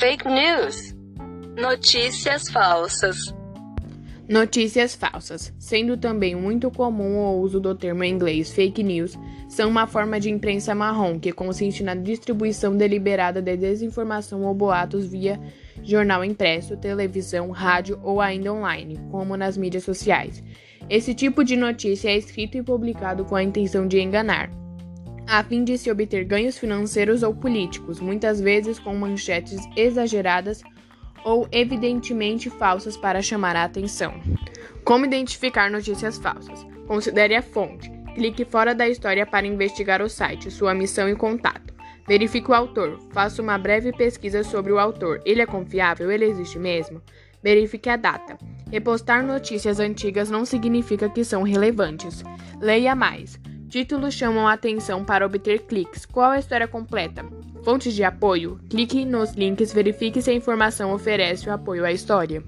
Fake news. Notícias falsas. Notícias falsas, sendo também muito comum o uso do termo em inglês fake news, são uma forma de imprensa marrom que consiste na distribuição deliberada de desinformação ou boatos via jornal impresso, televisão, rádio ou ainda online, como nas mídias sociais. Esse tipo de notícia é escrito e publicado com a intenção de enganar, a fim de se obter ganhos financeiros ou políticos, muitas vezes com manchetes exageradas ou evidentemente falsas para chamar a atenção. Como identificar notícias falsas? Considere a fonte. Clique fora da história para investigar o site, sua missão e contato. Verifique o autor. Faça uma breve pesquisa sobre o autor. Ele é confiável? Ele existe mesmo? Verifique a data. Repostar notícias antigas não significa que são relevantes. Leia mais. Títulos chamam a atenção para obter cliques. Qual a história completa? Fontes de apoio? Clique nos links, verifique se a informação oferece o apoio à história.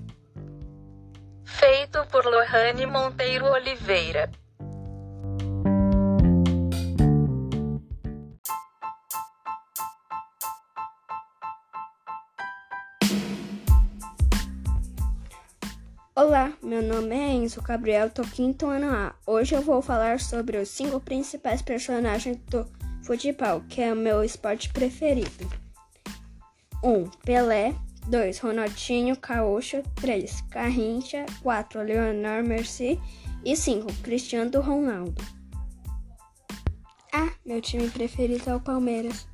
Feito por Lohane Monteiro Oliveira. Olá, meu nome é Enzo Gabriel, tô quinto ano A. Hoje eu vou falar sobre os 5 principais personagens do futebol, que é o meu esporte preferido. 1. Pelé. 2. Ronaldinho Gaúcho. 3. Garrincha. 4. Lionel Messi. E 5. Cristiano Ronaldo. Meu time preferido é o Palmeiras.